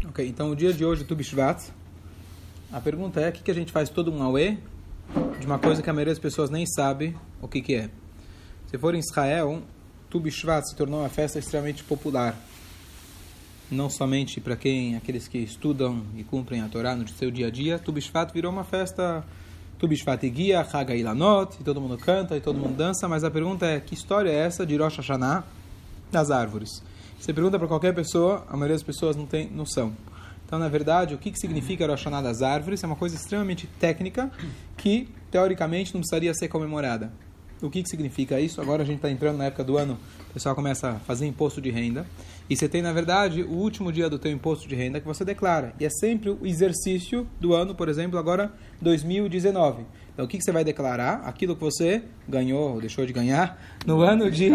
Ok, então o dia de hoje, Tu B'Shvat, a pergunta é, o que a gente faz todo um auê de uma coisa que a maioria das pessoas nem sabe o que é. Se for em Israel, Tu B'Shvat se tornou uma festa extremamente popular. Não somente para aqueles que estudam e cumprem a Torá no seu dia a dia, Tu B'Shvat virou uma festa, Tu B'Shvat Egia, Chag HaIlanot, e todo mundo canta, e todo mundo dança, mas a pergunta é, que história é essa de Rosh Hashanah das árvores? Você pergunta para qualquer pessoa, a maioria das pessoas não tem noção. Então, na verdade, o que significa Rosh Hashanah das árvores é uma coisa extremamente técnica que, teoricamente, não precisaria ser comemorada. O que significa isso? Agora a gente está entrando na época do ano, o pessoal começa a fazer imposto de renda. E você tem, na verdade, o último dia do teu imposto de renda que você declara. E é sempre o exercício do ano, por exemplo, agora 2019. Então, o que você vai declarar? Aquilo que você ganhou ou deixou de ganhar no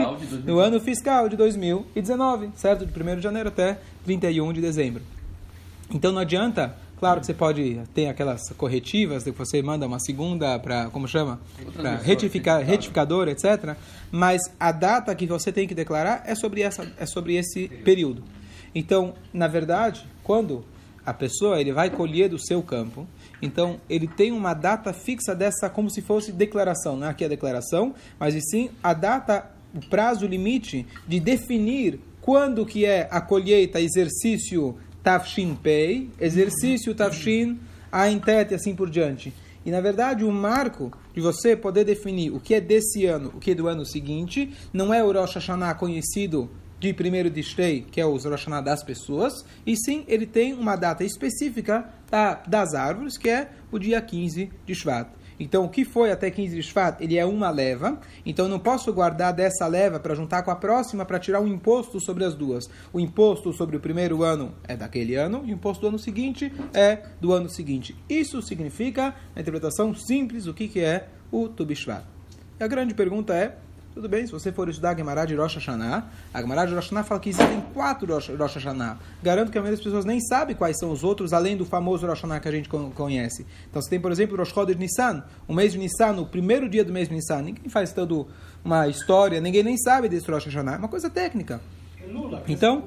ano fiscal de 2019, certo? De 1º de janeiro até 31 de dezembro. Então, não adianta, claro que você pode ter aquelas corretivas, que você manda uma segunda para, como chama? Para retificador, etc. Mas a data que você tem que declarar é sobre esse período. Então, na verdade, quando a pessoa ele vai colher do seu campo, então ele tem uma data fixa dessa, como se fosse declaração. Não é aqui a declaração, mas e sim a data, o prazo limite de definir quando que é a colheita, exercício Tafshin Pei, exercício Tafshin Ain Tet e assim por diante. E, na verdade, o marco de você poder definir o que é desse ano, o que é do ano seguinte, não é o Rosh Hashanah conhecido de 1º de Tishrei, que é o Rosh Hashanah das pessoas, e sim, ele tem uma data específica das árvores, que é o dia 15 de Shvat. Então, o que foi até 15 de Shvat, ele é uma leva. Então, eu não posso guardar dessa leva para juntar com a próxima para tirar um imposto sobre as duas. O imposto sobre o primeiro ano é daquele ano, e o imposto do ano seguinte é do ano seguinte. Isso significa, na interpretação simples, o que é o Tu B'Shvat. E a grande pergunta é, tudo bem, se você for estudar a Gemara de Rosh Hashanah, a Gemara de Rosh Hashanah fala que existem 4 Rosh Hashanah. Garanto que a maioria das pessoas nem sabe quais são os outros, além do famoso Rosh Hashanah que a gente conhece. Então, você tem, por exemplo, o Rosh Chodesh Nissan, o mês de Nissan, o primeiro dia do mês de Nissan. Ninguém faz toda uma história, ninguém nem sabe desse Rosh Hashanah. É uma coisa técnica. Então,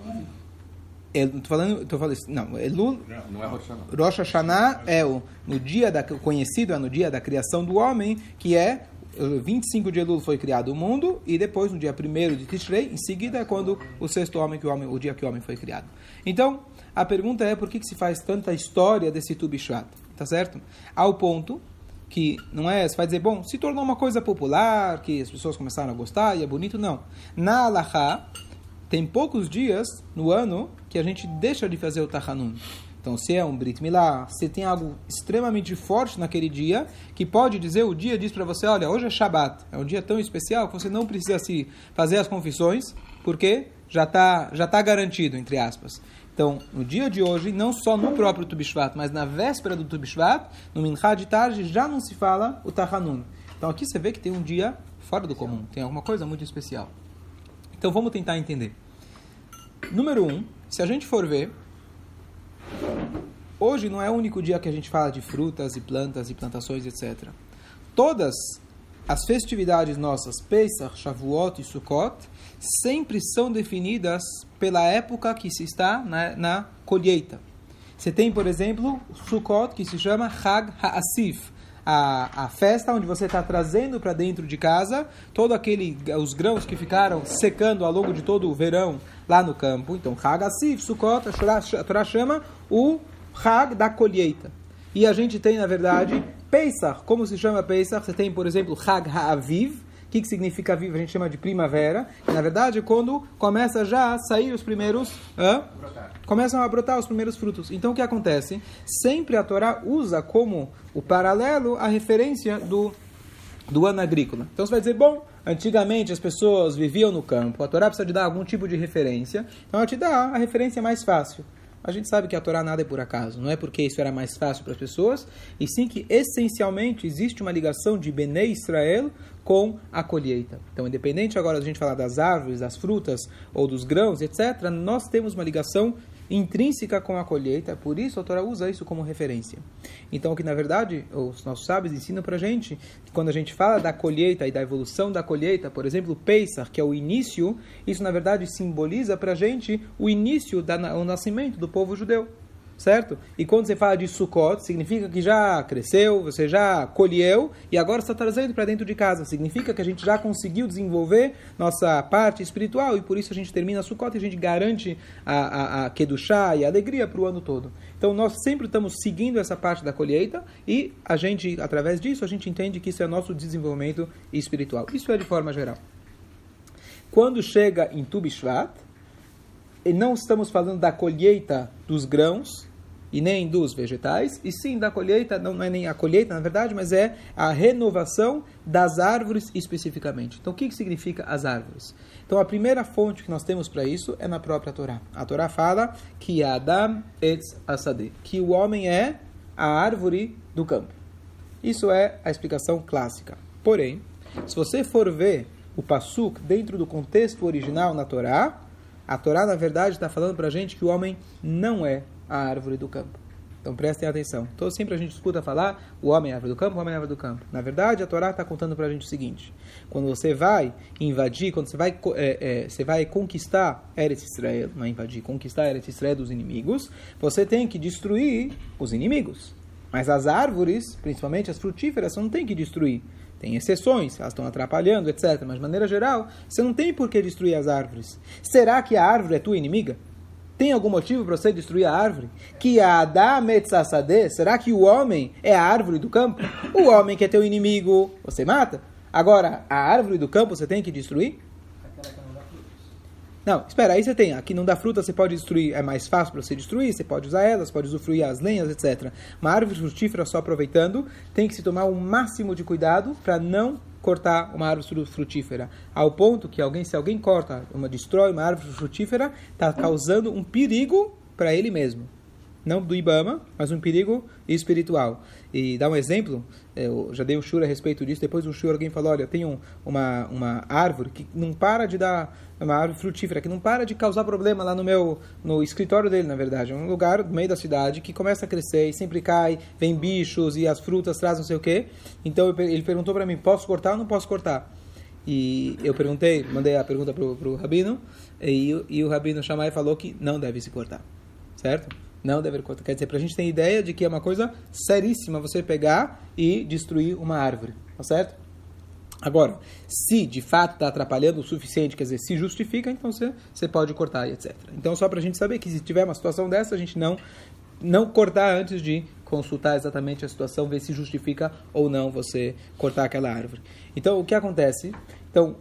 não, Elul, não é Rosh Hashanah. Rosh Hashanah é conhecido no dia da criação do homem, que é 25 de Elul foi criado o mundo, e depois, no dia 1º de Tishrei, em seguida é quando o sexto o dia que o homem foi criado. Então, a pergunta é por que se faz tanta história desse Tu B'Shvat, tá certo? Ao ponto que, não é, você vai dizer, bom, se tornou uma coisa popular, que as pessoas começaram a gostar, e é bonito, não. Na Halachá, tem poucos dias no ano que a gente deixa de fazer o Tachanun. Então, se é um Brit Milá, se tem algo extremamente forte naquele dia, que pode dizer, o dia diz para você, olha, hoje é Shabbat, é um dia tão especial que você não precisa se fazer as confissões, porque já tá garantido, entre aspas. Então, no dia de hoje, não só no próprio Tu B'Shvat, mas na véspera do Tu B'Shvat, no Minchá de tarde, já não se fala o Tachanun. Então, aqui você vê que tem um dia fora do comum, tem alguma coisa muito especial. Então, vamos tentar entender. Número 1, se a gente for ver, hoje não é o único dia que a gente fala de frutas e plantas e plantações, etc. Todas as festividades nossas, Pesach, Shavuot e Sukkot, sempre são definidas pela época que se está na colheita. Você tem, por exemplo, Sukkot, que se chama Chag HaAsif, a festa onde você está trazendo para dentro de casa os grãos que ficaram secando ao longo de todo o verão lá no campo. Então, Chag HaAsif, Sukkot, a Torá chama o Chag da colheita. E a gente tem, na verdade, Pesach. Como se chama Pesach? Você tem, por exemplo, Chag HaAviv. O que significa Aviv? A gente chama de primavera. E, na verdade, quando começa já a sair os primeiros... começam a brotar os primeiros frutos. Então, o que acontece? Sempre a Torá usa como o paralelo a referência do ano agrícola. Então, você vai dizer, bom, antigamente as pessoas viviam no campo. A Torá precisa de dar algum tipo de referência. Então, ela te dá a referência mais fácil. A gente sabe que a Torá nada é por acaso. Não é porque isso era mais fácil para as pessoas, e sim que, essencialmente, existe uma ligação de Benei Israel com a colheita. Então, independente agora da gente falar das árvores, das frutas ou dos grãos, etc., nós temos uma ligação intrínseca com a colheita, por isso a Torá usa isso como referência. Então, que na verdade, os nossos sábios ensinam para a gente, que quando a gente fala da colheita e da evolução da colheita, por exemplo, o Pesach, que é o início, isso na verdade simboliza para a gente o início, o nascimento do povo judeu. certo? E quando você fala de Sukkot, significa que já cresceu, você já colheu, e agora está trazendo para dentro de casa. Significa que a gente já conseguiu desenvolver nossa parte espiritual, e por isso a gente termina Sukkot e a gente garante a Kedushá e a alegria para o ano todo. Então nós sempre estamos seguindo essa parte da colheita, e a gente, através disso, a gente entende que isso é nosso desenvolvimento espiritual. Isso é de forma geral. Quando chega em Tu B'Shvat, e não estamos falando da colheita dos grãos, e nem dos vegetais, e sim da colheita, não é nem a colheita, na verdade, mas é a renovação das árvores especificamente. Então, o que significa as árvores? Então, a primeira fonte que nós temos para isso é na própria Torá. A Torá fala que Adam etz hasadeh, que o homem é a árvore do campo. Isso é a explicação clássica. Porém, se você for ver o Passuk dentro do contexto original na Torá, a Torá, na verdade, está falando para a gente que o homem não é a árvore do campo. Então prestem atenção. Então sempre a gente escuta falar o homem é a árvore do campo, o homem é a árvore do campo. Na verdade, a Torá está contando para a gente o seguinte: quando você vai invadir, quando você vai conquistar Eretz Israel, não é invadir, conquistar Eretz Israel dos inimigos, você tem que destruir os inimigos. Mas as árvores, principalmente as frutíferas, você não tem que destruir. Tem exceções, elas estão atrapalhando, etc. Mas de maneira geral, você não tem por que destruir as árvores. Será que a árvore é tua inimiga? Tem algum motivo para você destruir a árvore? Que Adam etz hasadeh, será que o homem é a árvore do campo? O homem que é teu inimigo, você mata? Agora, a árvore do campo você tem que destruir? Aquela que não dá frutos. Não, espera, aí você tem. Aqui não dá fruta, você pode destruir, é mais fácil para você destruir, você pode usar elas, pode usufruir as lenhas, etc. Uma árvore frutífera, só aproveitando, tem que se tomar o máximo de cuidado para não cortar uma árvore frutífera, ao ponto que se alguém corta, destrói uma árvore frutífera, está causando um perigo para ele mesmo. Não do Ibama, mas um perigo espiritual. E dá um exemplo, eu já dei um shur a respeito disso, depois do shur alguém falou, olha, tem uma árvore que não para de dar, uma árvore frutífera, que não para de causar problema lá no escritório dele, na verdade. É um lugar no meio da cidade que começa a crescer e sempre cai, vem bichos e as frutas trazem não sei o quê. Então ele perguntou para mim, posso cortar ou não posso cortar? E eu mandei a pergunta pro Rabino, e o Rabino Shammai falou que não deve se cortar, certo? Não deve cortar. Quer dizer, para a gente ter ideia de que é uma coisa seríssima você pegar e destruir uma árvore, tá certo? Agora, se de fato está atrapalhando o suficiente, quer dizer, se justifica, então você pode cortar e etc. Então, só para a gente saber que se tiver uma situação dessa, a gente não cortar antes de consultar exatamente a situação, ver se justifica ou não você cortar aquela árvore. Então, o que acontece? Então,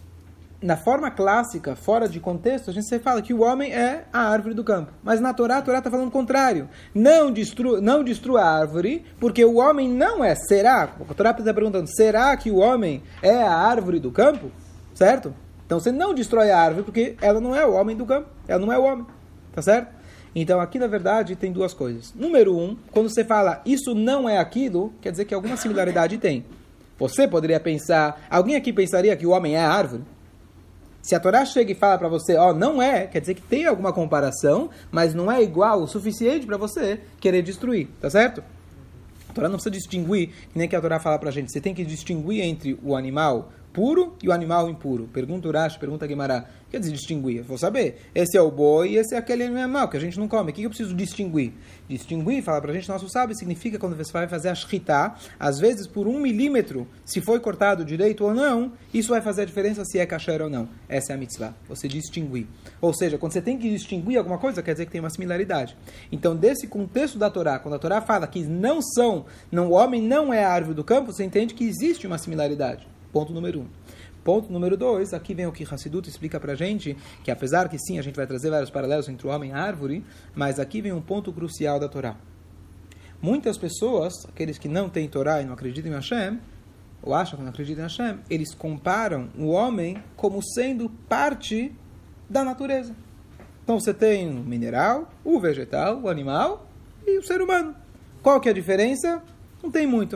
na forma clássica, fora de contexto, a gente fala que o homem é a árvore do campo. Mas na Torá, a Torá está falando o contrário. Não destrua a árvore, porque o homem não é. Será? A Torá está perguntando, será que o homem é a árvore do campo? Certo? Então você não destrói a árvore, porque ela não é o homem do campo. Ela não é o homem. Tá certo? Então aqui, na verdade, tem duas coisas. Número 1, quando você fala isso não é aquilo, quer dizer que alguma similaridade tem. Você poderia pensar, alguém aqui pensaria que o homem é a árvore? Se a Torá chega e fala para você, não é, quer dizer que tem alguma comparação, mas não é igual o suficiente para você querer destruir, tá certo? A Torá não precisa distinguir, que nem que a Torá fala para a gente, você tem que distinguir entre o animal puro e o animal impuro. Pergunta Urash, pergunta Guimará. Quer dizer, distinguir? Eu vou saber. Esse é o boi e esse é aquele animal que a gente não come. O que eu preciso distinguir? Distinguir, fala pra gente, nosso sábio, significa quando você vai fazer a shritá, às vezes por 1 milímetro, se foi cortado direito ou não, isso vai fazer a diferença se é kasher ou não. Essa é a mitzvah. Você distinguir. Ou seja, quando você tem que distinguir alguma coisa, quer dizer que tem uma similaridade. Então, desse contexto da Torá, quando a Torá fala que o homem não é a árvore do campo, você entende que existe uma similaridade. Ponto número 1. Ponto número 2, aqui vem o que Hassidut explica pra gente, que apesar que sim, a gente vai trazer vários paralelos entre o homem e a árvore, mas aqui vem um ponto crucial da Torá. Muitas pessoas, aqueles que não têm Torá e não acreditam em Hashem, ou acham que não acreditam em Hashem, eles comparam o homem como sendo parte da natureza. Então você tem o mineral, o vegetal, o animal e o ser humano. Qual que é a diferença? Não tem muito,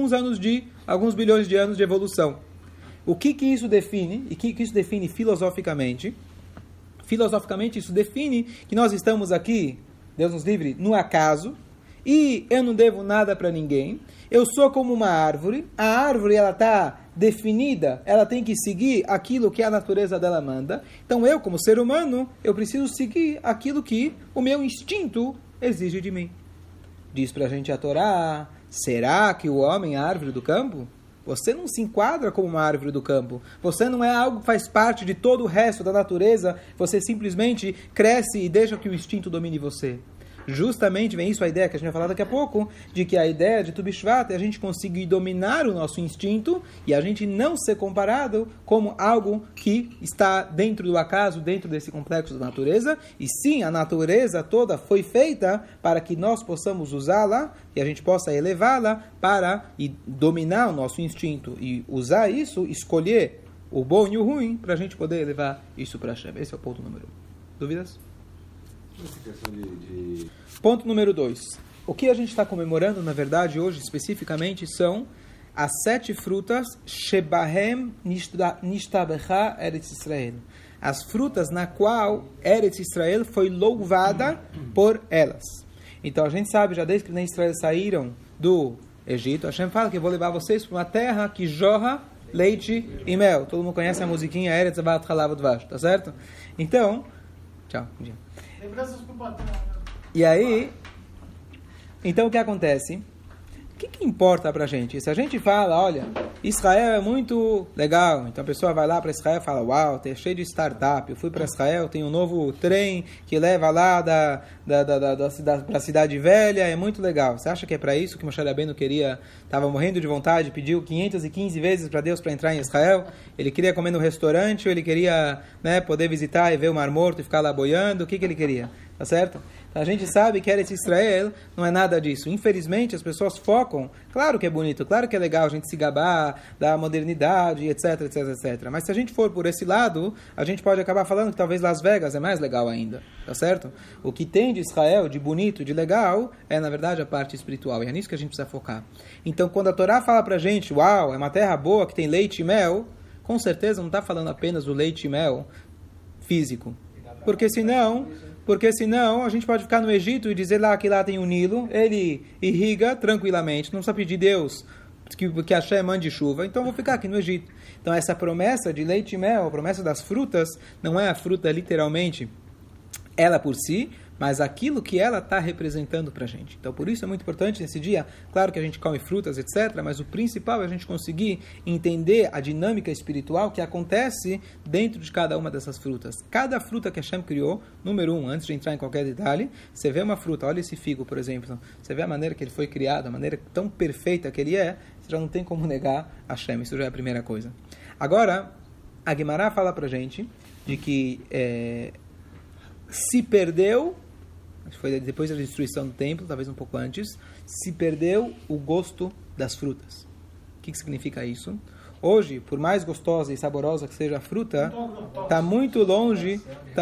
alguns bilhões de anos de evolução. O que isso define? E o que isso define filosoficamente? Filosoficamente isso define que nós estamos aqui, Deus nos livre, no acaso, e eu não devo nada para ninguém. Eu sou como uma árvore, a árvore ela está definida, ela tem que seguir aquilo que a natureza dela manda. Então eu, como ser humano, eu preciso seguir aquilo que o meu instinto exige de mim. Diz pra gente a Torá, será que o homem é a árvore do campo? Você não se enquadra como uma árvore do campo. Você não é algo que faz parte de todo o resto da natureza. Você simplesmente cresce e deixa que o instinto domine você. Justamente vem isso a ideia que a gente vai falar daqui a pouco, de que a ideia de Tu B'Shvat é a gente conseguir dominar o nosso instinto e a gente não ser comparado como algo que está dentro do acaso, dentro desse complexo da natureza, e sim, a natureza toda foi feita para que nós possamos usá-la e a gente possa elevá-la para dominar o nosso instinto e usar isso, escolher o bom e o ruim para a gente poder elevar isso para Hashem. Esse é o ponto número 1. Dúvidas? Ponto número 2. O que a gente está comemorando, na verdade, hoje, especificamente, são as 7 frutas Shebahem Nishtabecha Eretz Israel. As frutas na qual Eretz Israel foi louvada por elas. Então, a gente sabe, já desde que Israel saíram do Egito, Hashem fala que eu vou levar vocês para uma terra que jorra leite e mel. Todo mundo conhece a musiquinha Eretz Avat Halav Udvash, tá certo? Então, tchau. E aí, então o que acontece? O que importa pra gente? Se a gente fala, olha, Israel é muito legal, então a pessoa vai lá para Israel e fala, uau, tá cheio de startup, eu fui para Israel, tem um novo trem que leva lá para a cidade velha, é muito legal. Você acha que é para isso que Moshe Rabbeinu queria, estava morrendo de vontade, pediu 515 vezes para Deus para entrar em Israel? Ele queria comer no restaurante, ou ele queria, poder visitar e ver o Mar Morto e ficar lá boiando? O que ele queria? Tá certo? Então, a gente sabe que Eretz Israel não é nada disso. Infelizmente, as pessoas focam. Claro que é bonito, claro que é legal a gente se gabar da modernidade, etc, etc, etc. Mas se a gente for por esse lado, a gente pode acabar falando que talvez Las Vegas é mais legal ainda. Tá certo? O que tem de Israel, de bonito, de legal, é, na verdade, a parte espiritual. E é nisso que a gente precisa focar. Então, quando a Torá fala pra gente, uau, é uma terra boa que tem leite e mel, com certeza não está falando apenas do leite e mel físico. Porque senão a gente pode ficar no Egito e dizer lá que lá tem o Nilo, ele irriga tranquilamente, não precisa pedir Deus que Hashem mande chuva, então vou ficar aqui no Egito. Então essa promessa de leite e mel, a promessa das frutas, não é a fruta literalmente ela por si, mas aquilo que ela está representando para a gente. Então, por isso é muito importante nesse dia, claro que a gente come frutas, etc., mas o principal é a gente conseguir entender a dinâmica espiritual que acontece dentro de cada uma dessas frutas. Cada fruta que Hashem criou, número 1, antes de entrar em qualquer detalhe, você vê uma fruta, olha esse figo, por exemplo, você vê a maneira que ele foi criado, a maneira tão perfeita que ele é, você já não tem como negar Hashem, isso já é a primeira coisa. Agora, a Guimará fala para a gente de que se perdeu, foi depois da destruição do templo, talvez um pouco antes, se perdeu o gosto das frutas. O que significa isso? Hoje, por mais gostosa e saborosa que seja a fruta, está muito longe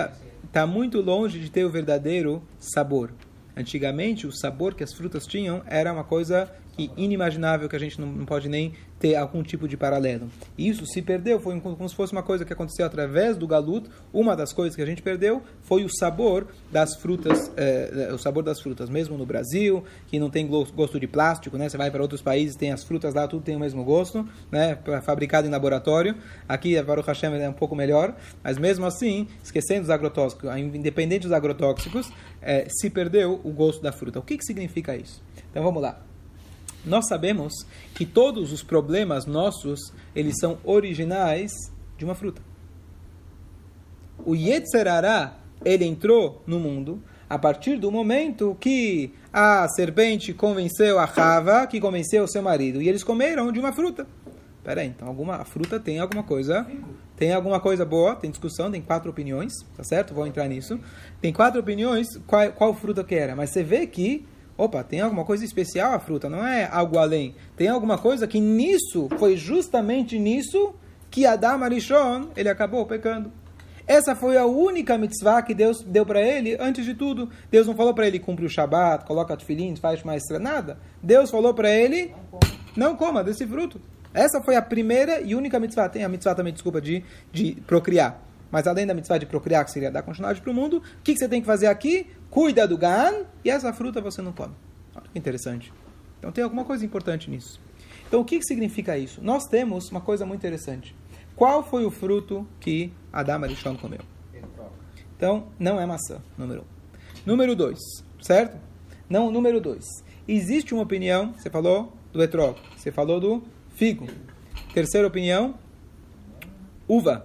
de ter o verdadeiro sabor. Antigamente, o sabor que as frutas tinham era uma coisa inimaginável, que a gente não pode nem ter algum tipo de paralelo. E isso se perdeu, foi como se fosse uma coisa que aconteceu através do galut. Uma das coisas que a gente perdeu foi o sabor das frutas, mesmo no Brasil, que não tem gosto de plástico, né? Você vai para outros países, tem as frutas lá, tudo tem o mesmo gosto, né? Fabricado em laboratório. Aqui, Baruch Hashem, é um pouco melhor, mas mesmo assim, esquecendo os agrotóxicos, independente dos agrotóxicos, se perdeu o gosto da fruta. O que significa isso? Então vamos lá. Nós sabemos que todos os problemas nossos, eles são originais de uma fruta. O Yetzer Hara, ele entrou no mundo a partir do momento que a serpente convenceu a Chava, que convenceu o seu marido, e eles comeram de uma fruta. Peraí, então a fruta tem alguma coisa boa, tem discussão, tem 4 opiniões, tá certo? Vou entrar nisso. Tem 4 opiniões, qual fruta que era, mas você vê que tem alguma coisa especial a fruta, não é algo além. Tem alguma coisa que foi justamente nisso que Adam Arishon, ele acabou pecando. Essa foi a única mitzvah que Deus deu para ele antes de tudo. Deus não falou para ele, cumpre o Shabat, coloca tefilim, faz mais nada. Deus falou para ele, não coma desse fruto. Essa foi a primeira e única mitzvah. Tem a mitzvah também, de procriar. Mas além da mitzvah de procriar, que seria dar continuidade para o mundo, o que você tem que fazer aqui? Cuida do Gan, e essa fruta você não come. Olha que interessante. Então tem alguma coisa importante nisso. Então o que significa isso? Nós temos uma coisa muito interessante. Qual foi o fruto que Adam Arishon comeu? Então, não é maçã, número 1. Número 2, certo? Não, número 2. Existe uma opinião, você falou do etrog, você falou do figo. Terceira opinião, uva.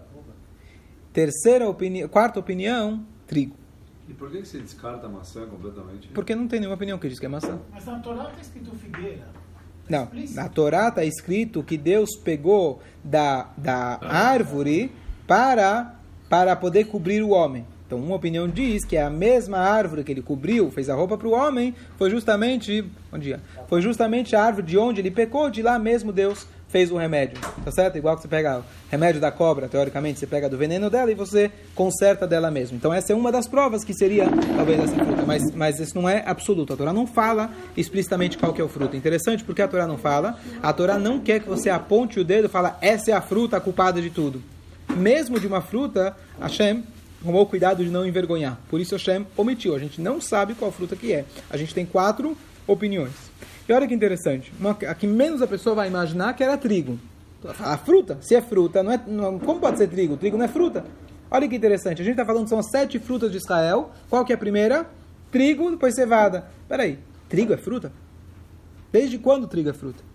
Quarta opinião, trigo. E por que você descarta a maçã completamente? Porque não tem nenhuma opinião que diz que é maçã. Mas na Torá está escrito figueira. Não, na Torá está escrito que Deus pegou da árvore para poder cobrir o homem. Então, uma opinião diz que a mesma árvore que ele cobriu, fez a roupa para o homem, foi justamente a árvore de onde ele pecou, de lá mesmo Deus fez o remédio. Tá certo? Igual que você pega o remédio da cobra, teoricamente, você pega do veneno dela e você conserta dela mesmo. Então, essa é uma das provas que seria, talvez, essa fruta. Mas isso não é absoluto. A Torá não fala explicitamente qual que é o fruto. Interessante, porque a Torá não fala. A Torá não quer que você aponte o dedo e fala, essa é a fruta culpada de tudo. Mesmo de uma fruta, Hashem tomou cuidado de não envergonhar. Por isso Hashem omitiu. A gente não sabe qual fruta que é. A gente tem 4 opiniões. E olha que interessante. A que menos a pessoa vai imaginar que era trigo. A fruta, se é fruta, como pode ser trigo? Trigo não é fruta. Olha que interessante. A gente está falando que são as 7 frutas de Israel. Qual que é a primeira? Trigo, depois cevada. Peraí, trigo é fruta? Desde quando trigo é fruta?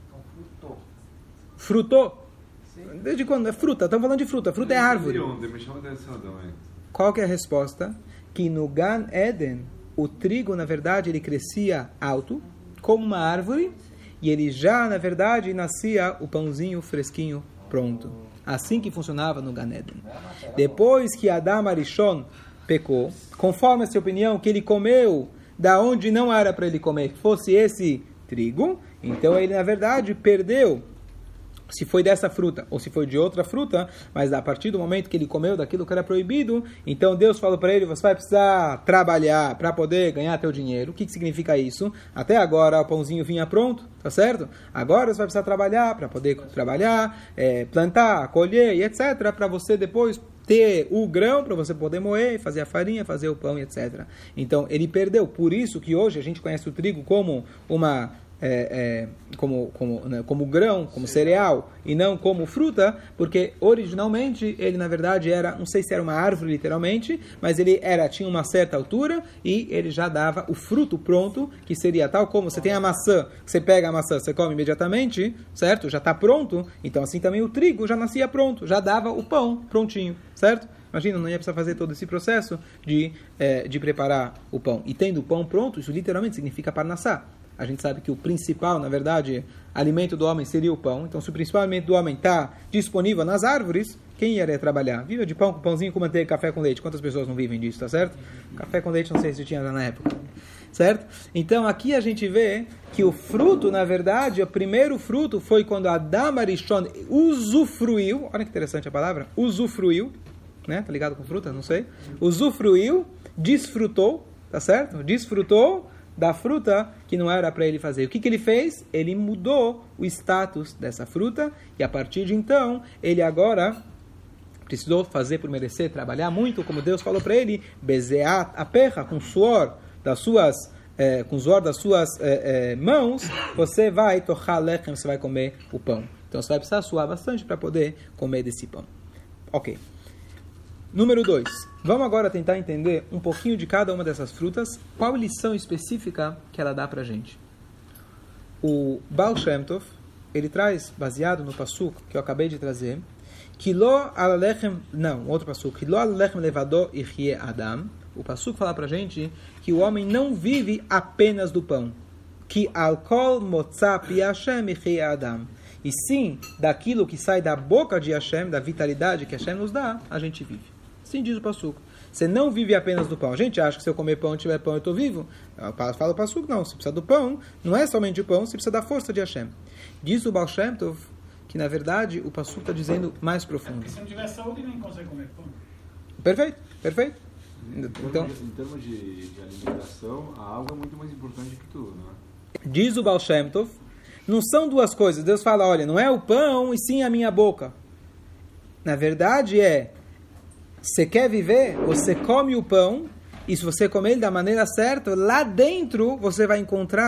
Frutou? Desde quando? É fruta. Estamos falando de fruta. Fruta é árvore. Me chama atenção também. Qual que é a resposta? Que no Gan Eden, o trigo, na verdade, ele crescia alto, como uma árvore, e ele já, na verdade, nascia o pãozinho fresquinho, pronto. Assim que funcionava no Gan Eden. Depois que Adam Arishon pecou, conforme essa opinião, que ele comeu da onde não era para ele comer, que fosse esse trigo, então ele, na verdade, perdeu se foi dessa fruta ou se foi de outra fruta, mas a partir do momento que ele comeu daquilo que era proibido, então Deus falou para ele, você vai precisar trabalhar para poder ganhar teu dinheiro. O que significa isso? Até agora o pãozinho vinha pronto, tá certo? Agora você vai precisar trabalhar para poder trabalhar, plantar, colher e etc, para você depois ter o grão para você poder moer, fazer a farinha, fazer o pão e etc. Então ele perdeu, por isso que hoje a gente conhece o trigo como uma como grão, como cereal e não como fruta, porque originalmente ele na verdade era, não sei se era uma árvore literalmente, mas ele tinha uma certa altura e ele já dava o fruto pronto, que seria tal como você tem a maçã, você pega a maçã, você come imediatamente, certo? Já está pronto, então assim também o trigo já nascia pronto, já dava o pão prontinho, certo? Imagina, não ia precisar fazer todo esse processo de preparar o pão. E tendo o pão pronto, isso literalmente significa parnassá. A gente sabe que o principal, na verdade, alimento do homem seria o pão. Então, se o principal alimento do homem está disponível nas árvores, quem iria trabalhar? Viva de pão com pãozinho com manteiga, café com leite. Quantas pessoas não vivem disso, tá certo? Café com leite, não sei se tinha na época. Certo? Então, aqui a gente vê que o fruto, na verdade, o primeiro fruto foi quando Adam Arishon usufruiu. Olha que interessante a palavra. Usufruiu. Né? Tá ligado com fruta? Não sei. Usufruiu, desfrutou, tá certo? Desfrutou da fruta que não era para ele fazer. O que ele fez? Ele mudou o status dessa fruta e a partir de então, ele agora precisou fazer por merecer, trabalhar muito, como Deus falou para ele, bezeat a perra, com suor das suas mãos, você vai tochar lechem, você vai comer o pão. Então você vai precisar suar bastante para poder comer desse pão. Ok. Número 2. Vamos agora tentar entender um pouquinho de cada uma dessas frutas, qual lição específica que ela dá para a gente. O Baal Shem Tov, ele traz, baseado no Pasuk que eu acabei de trazer, outro Pasuk, Kilo alechem levado ichye Adam. O Pasuk fala para a gente que o homem não vive apenas do pão. Ki alkol motza pi Hashem ichye Adam. E sim, daquilo que sai da boca de Hashem, da vitalidade que Hashem nos dá, a gente vive. Sim, diz o Pasuk. Você não vive apenas do pão. A gente acha que se eu comer pão e tiver pão, eu estou vivo. Fala o Pasuk, não. Você precisa do pão. Não é somente o pão, você precisa da força de Hashem. Diz o Baal Shem Tov que, na verdade, o Pasuk está dizendo mais profundo. Porque se não tiver saúde, nem consegue comer pão. Perfeito. Então, em termos de alimentação, a água é muito mais importante que tudo, não é? Diz o Baal Shem Tov, não são duas coisas. Deus fala, olha, não é o pão e sim a minha boca. Na verdade você quer viver, você come o pão, e se você comer ele da maneira certa, lá dentro você vai encontrar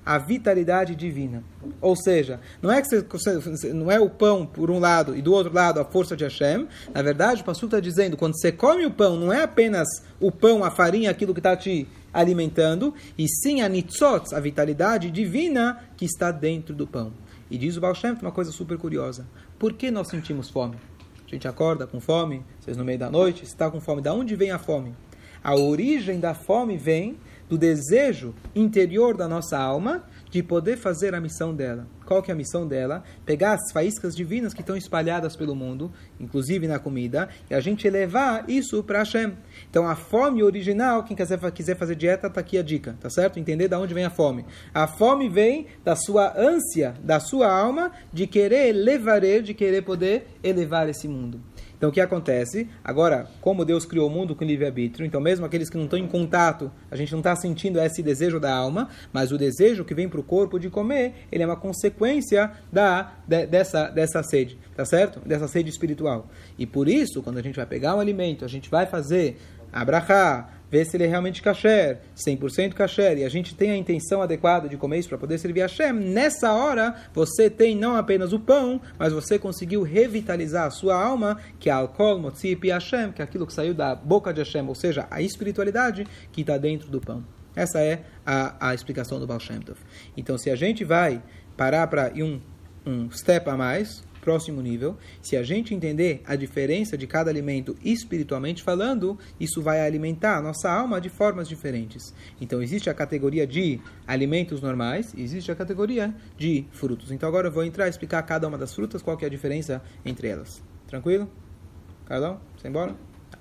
a vitalidade divina. Ou seja, não é o pão por um lado e do outro lado a força de Hashem. Na verdade, o Passuco está dizendo, quando você come o pão, não é apenas o pão, a farinha, aquilo que está te alimentando, e sim a nitzot, a vitalidade divina que está dentro do pão. E diz o Baal Shem uma coisa super curiosa. Por que nós sentimos fome? A gente acorda com fome, vocês no meio da noite, você está com fome. Da onde vem a fome? A origem da fome vem do desejo interior da nossa alma de poder fazer a missão dela. Qual que é a missão dela? Pegar as faíscas divinas que estão espalhadas pelo mundo, inclusive na comida, e a gente elevar isso para Hashem. Então a fome original, quem quiser fazer dieta, está aqui a dica, tá certo? Entender de onde vem a fome. A fome vem da sua ânsia, da sua alma, de querer de querer poder elevar esse mundo. Então o que acontece? Agora, como Deus criou o mundo com livre-arbítrio, então mesmo aqueles que não estão em contato, a gente não está sentindo esse desejo da alma, mas o desejo que vem para o corpo de comer, ele é uma consequência dessa sede, tá certo? Dessa sede espiritual. E por isso, quando a gente vai pegar um alimento, a gente vai fazer a brachá, ver se ele é realmente kasher, 100% kasher, e a gente tem a intenção adequada de comer isso para poder servir a Hashem, nessa hora você tem não apenas o pão, mas você conseguiu revitalizar a sua alma, que é alcohol, motzi pi Hashem, que é aquilo que saiu da boca de Hashem, ou seja, a espiritualidade que está dentro do pão. Essa é a explicação do Baal Shem Tov. Então, se a gente vai parar para ir um step a mais, próximo nível, se a gente entender a diferença de cada alimento espiritualmente falando, isso vai alimentar a nossa alma de formas diferentes. Então existe a categoria de alimentos normais e existe a categoria de frutos. Então agora eu vou entrar e explicar cada uma das frutas, qual que é a diferença entre elas. Tranquilo? Carlão, você embora?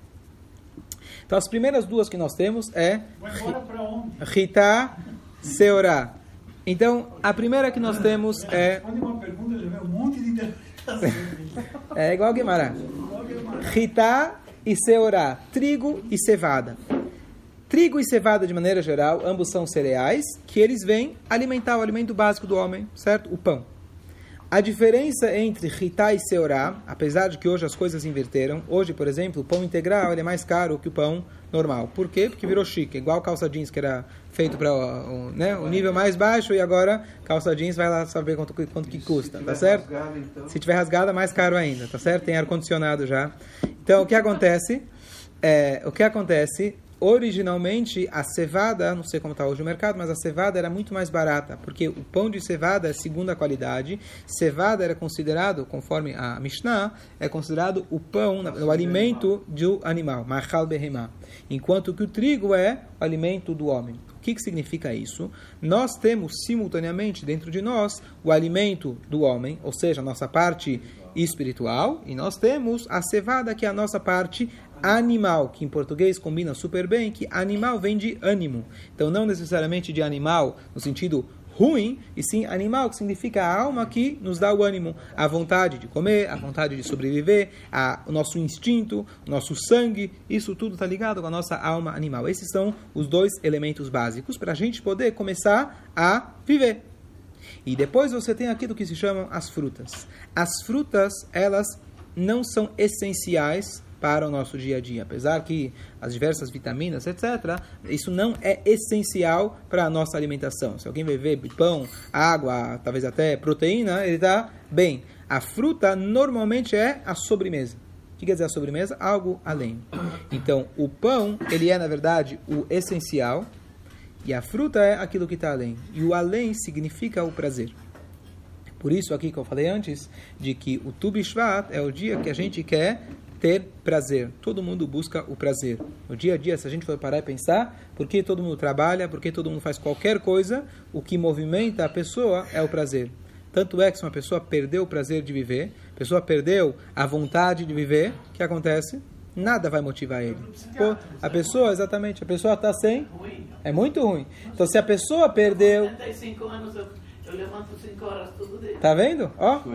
Então as primeiras duas que nós temos é Ritá, Seorá. Então a primeira que nós temos é... Responde uma pergunta, já veio um monte de interpretação. É igual Guimarães. Ritá e Seorá, trigo e cevada. Trigo e cevada, de maneira geral, ambos são cereais que eles vêm alimentar o alimento básico do homem, certo? O pão. A diferença entre Ritá e Seorá, apesar de que hoje as coisas inverteram, hoje, por exemplo, o pão integral ele é mais caro que o pão normal. Por quê? Porque virou chique, igual calça jeans que era feito para o nível mais baixo e agora calça jeans vai lá saber quanto que custa, tá certo? Rasgada, então. Se tiver rasgada, mais caro ainda, tá certo? Tem ar-condicionado já. Então, o que acontece? Originalmente, a cevada, não sei como está hoje o mercado, mas a cevada era muito mais barata, porque o pão de cevada é segunda qualidade. Cevada era considerado, conforme a Mishnah, é considerado o pão, o alimento do animal, machal behemá, enquanto que o trigo é o alimento do homem. O que significa isso? Nós temos simultaneamente dentro de nós o alimento do homem, ou seja, a nossa parte espiritual, e nós temos a cevada, que é a nossa parte animal, que em português combina super bem, que animal vem de ânimo. Então não necessariamente de animal no sentido ruim, e sim animal, que significa a alma que nos dá o ânimo, a vontade de comer, a vontade de sobreviver, o nosso instinto, o nosso sangue, isso tudo está ligado com a nossa alma animal. Esses são os dois elementos básicos para a gente poder começar a viver. E depois você tem aquilo que se chamam as frutas. As frutas, elas não são essenciais para o nosso dia a dia. Apesar que as diversas vitaminas, etc., isso não é essencial para a nossa alimentação. Se alguém beber pão, água, talvez até proteína, ele está bem. A fruta normalmente é a sobremesa. O que quer dizer a sobremesa? Algo além. Então, o pão, ele é, na verdade, o essencial, e a fruta é aquilo que está além. E o além significa o prazer. Por isso, aqui que eu falei antes, de que o Tu B'Shvat é o dia que a gente quer ter prazer. Todo mundo busca o prazer. No dia a dia, se a gente for parar e pensar, por que todo mundo trabalha, por que todo mundo faz qualquer coisa, o que movimenta a pessoa é o prazer. Tanto é que se uma pessoa perdeu o prazer de viver, a pessoa perdeu a vontade de viver, o que acontece? Nada vai motivar ele. A pessoa, exatamente, a pessoa está sem... É muito ruim. Então, se a pessoa perdeu... 85 anos eu levanto 5 horas todo dia. Tá vendo?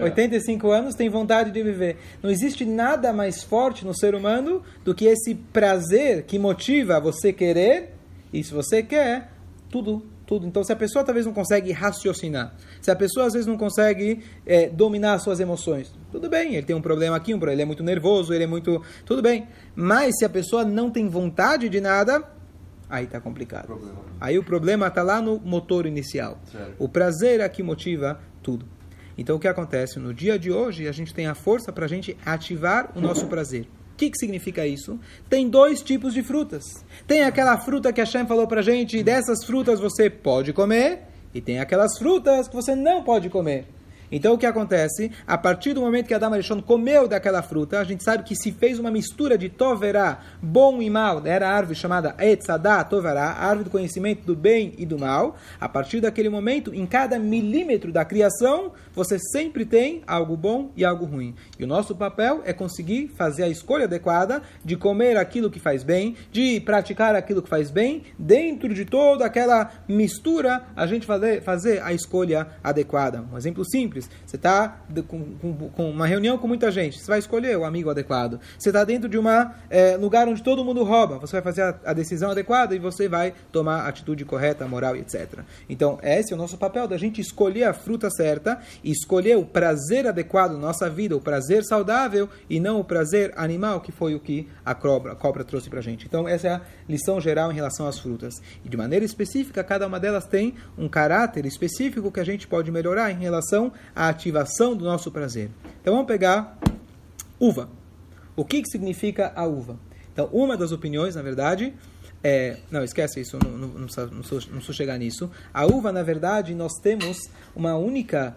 85 anos tem vontade de viver. Não existe nada mais forte no ser humano do que esse prazer que motiva você querer. E se você quer, tudo. Então, se a pessoa talvez não consegue raciocinar, se a pessoa às vezes não consegue dominar as suas emoções, tudo bem, ele tem um problema aqui, ele é muito nervoso, ele é muito... Tudo bem. Mas se a pessoa não tem vontade de nada, aí está complicado. Aí o problema está lá no motor inicial. Certo. O prazer é que motiva tudo. Então o que acontece? No dia de hoje a gente tem a força para a gente ativar o nosso prazer. O que significa isso? Tem 2 tipos de frutas. Tem aquela fruta que a Hashem falou para a gente, dessas frutas você pode comer, e tem aquelas frutas que você não pode comer. Então, o que acontece? A partir do momento que Adam Arishon comeu daquela fruta, a gente sabe que se fez uma mistura de toverá, bom e mal, era a árvore chamada Etzadá, toverá, a árvore do conhecimento do bem e do mal. A partir daquele momento, em cada milímetro da criação, você sempre tem algo bom e algo ruim. E o nosso papel é conseguir fazer a escolha adequada de comer aquilo que faz bem, de praticar aquilo que faz bem. Dentro de toda aquela mistura, a gente fazer a escolha adequada. Um exemplo simples. Você está com uma reunião com muita gente, você vai escolher o amigo adequado. Você está dentro de um lugar onde todo mundo rouba, você vai fazer a decisão adequada e você vai tomar a atitude correta, moral e etc. Então, esse é o nosso papel, da gente escolher a fruta certa, escolher o prazer adequado na nossa vida, o prazer saudável e não o prazer animal, que foi o que a cobra trouxe para a gente. Então, essa é a lição geral em relação às frutas. E de maneira específica, cada uma delas tem um caráter específico que a gente pode melhorar em relação a ativação do nosso prazer. Então vamos pegar uva. O que significa a uva? Então, uma das opiniões, na verdade, não, esquece isso, não preciso chegar nisso. A uva, na verdade, nós temos uma única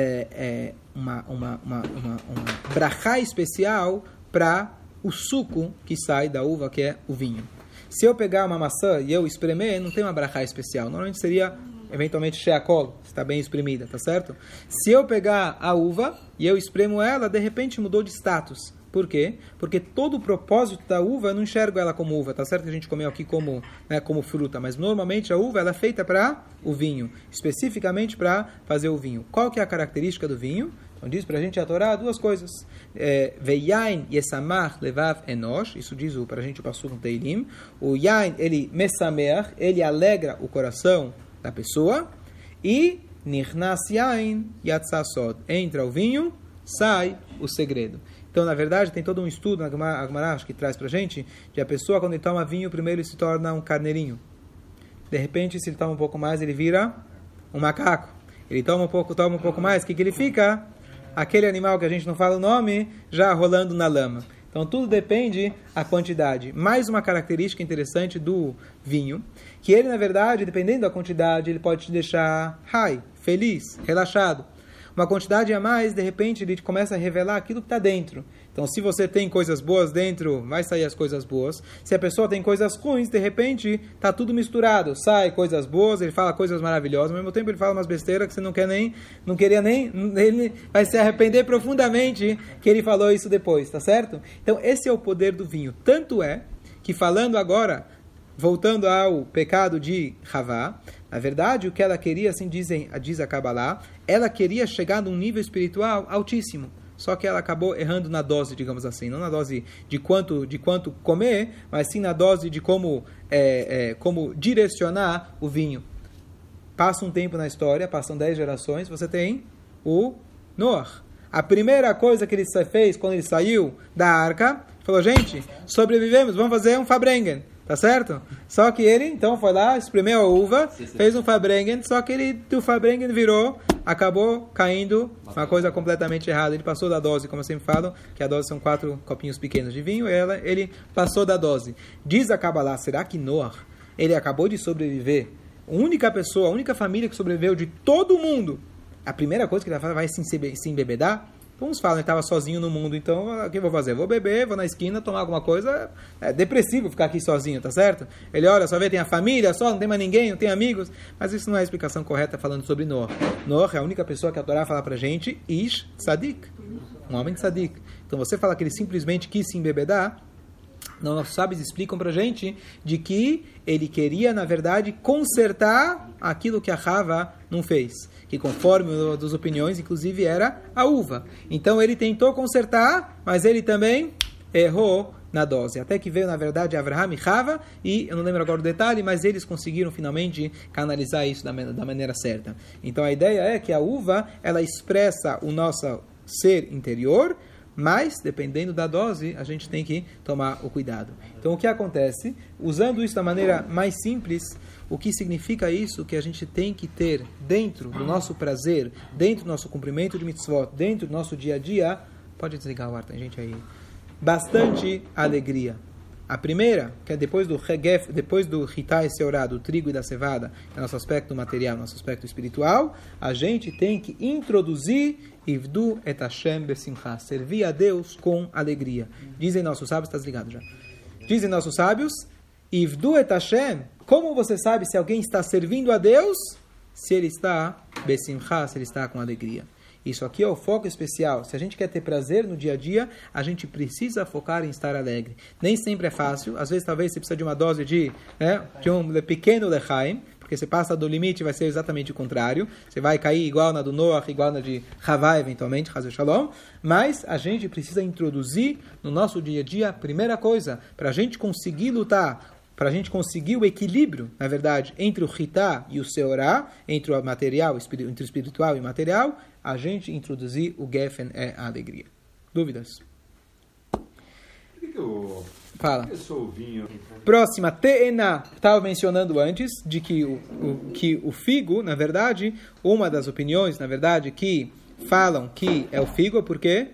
uma brachá especial para o suco que sai da uva, que é o vinho. Se eu pegar uma maçã e eu espremer, não tem uma brachá especial. Normalmente seria eventualmente sheakol, está bem espremida, tá certo? Se eu pegar a uva e eu espremo ela, de repente mudou de status. Por quê? Porque todo o propósito da uva, eu não enxergo ela como uva, tá certo que a gente comeu aqui como fruta, mas normalmente a uva ela é feita para o vinho, especificamente para fazer o vinho. Qual que é a característica do vinho? Então diz para a gente a Torá 2 coisas. Veyain yesamach levav enosh, isso diz para a gente o passuco no Teilim. O yain, ele mesamer, ele alegra o coração da pessoa, e Nichnas Yain Yatzah Sod, entra o vinho, sai o segredo. Então, na verdade, tem todo um estudo na Gemara que traz pra gente, de a pessoa, quando ele toma vinho, primeiro ele se torna um carneirinho. De repente, se ele toma um pouco mais, ele vira um macaco. Ele toma um pouco mais, o que ele fica? Aquele animal que a gente não fala o nome, já rolando na lama. Então, tudo depende da quantidade. Mais uma característica interessante do vinho, que ele, na verdade, dependendo da quantidade, ele pode te deixar high, feliz, relaxado. Uma quantidade a mais, de repente, ele começa a revelar aquilo que está dentro. Então, se você tem coisas boas dentro, vai sair as coisas boas. Se a pessoa tem coisas ruins, de repente, está tudo misturado. Sai coisas boas, ele fala coisas maravilhosas, ao mesmo tempo ele fala umas besteiras que você não queria nem, ele vai se arrepender profundamente que ele falou isso depois, tá certo? Então, esse é o poder do vinho. Tanto é que, falando agora, voltando ao pecado de Havá, na verdade, o que ela queria, assim diz a Kabbalah, ela queria chegar num nível espiritual altíssimo. Só que ela acabou errando na dose, digamos assim. Não na dose de quanto comer, mas sim na dose de como direcionar o vinho. Passa um tempo na história, passam 10 gerações, você tem o Noah. A primeira coisa que ele fez quando ele saiu da arca, falou, gente, sobrevivemos, vamos fazer um Farbrengen. Tá certo? Só que ele, então, foi lá, espremeu a uva, fez um Farbrengen, só que o Farbrengen acabou caindo uma coisa completamente errada. Ele passou da dose, como eu sempre falo, que a dose são 4 copinhos pequenos de vinho, ele passou da dose. Diz a Kabbalah, será que Noah, ele acabou de sobreviver? A única pessoa, a única família que sobreviveu de todo mundo, a primeira coisa que ele vai se embebedar? Uns falam que estava sozinho no mundo, então o que eu vou fazer? Vou beber, vou na esquina, tomar alguma coisa. É depressivo ficar aqui sozinho, tá certo? Ele olha, só vê, tem a família, só não tem mais ninguém, não tem amigos. Mas isso não é a explicação correta falando sobre Noah. Noah é a única pessoa que a Torá fala pra gente, Ish Tzadik, um homem tzadik. Então você fala que ele simplesmente quis se embebedar, nossos sábios explicam pra gente de que ele queria, na verdade, consertar aquilo que a Havá não fez. Que conforme das opiniões, inclusive, era a uva. Então ele tentou consertar, mas ele também errou na dose. Até que veio, na verdade, Avraham e Chava, e eu não lembro agora o detalhe, mas eles conseguiram finalmente canalizar isso da maneira certa. Então a ideia é que a uva, ela expressa o nosso ser interior, Mas, dependendo da dose, a gente tem que tomar o cuidado. Então, o que acontece? Usando isso da maneira mais simples, o que significa isso? Que a gente tem que ter dentro do nosso prazer, dentro do nosso cumprimento de mitzvot, dentro do nosso dia a dia, pode desligar o ar, tem gente aí, bastante alegria. A primeira, que é depois do regef, depois do hitá e seorá, do trigo e da cevada, que é nosso aspecto material, nosso aspecto espiritual, a gente tem que introduzir Ivdu et Hashem besimcha, servir a Deus com alegria. Dizem nossos sábios, está desligado já. Dizem nossos sábios, Ivdu et Hashem, como você sabe se alguém está servindo a Deus? Se ele está besimcha, se ele está com alegria. Isso aqui é o foco especial. Se a gente quer ter prazer no dia a dia, a gente precisa focar em estar alegre. Nem sempre é fácil. Às vezes, talvez, você precisa de uma dose de um pequeno lechaim, porque você passa do limite vai ser exatamente o contrário. Você vai cair igual na do Noach, igual na de Havá, eventualmente, Chaz Shalom. Mas a gente precisa introduzir no nosso dia a dia, primeira coisa, para a gente conseguir lutar, para a gente conseguir o equilíbrio, na verdade, entre o hitá e o seorá, entre o material, entre o espiritual e o material, a gente introduzir o gefen é a alegria. Dúvidas? Fala. Próxima, te'ena. Estava mencionando antes de que o figo, na verdade, uma das opiniões, na verdade, que falam que é o figo, porque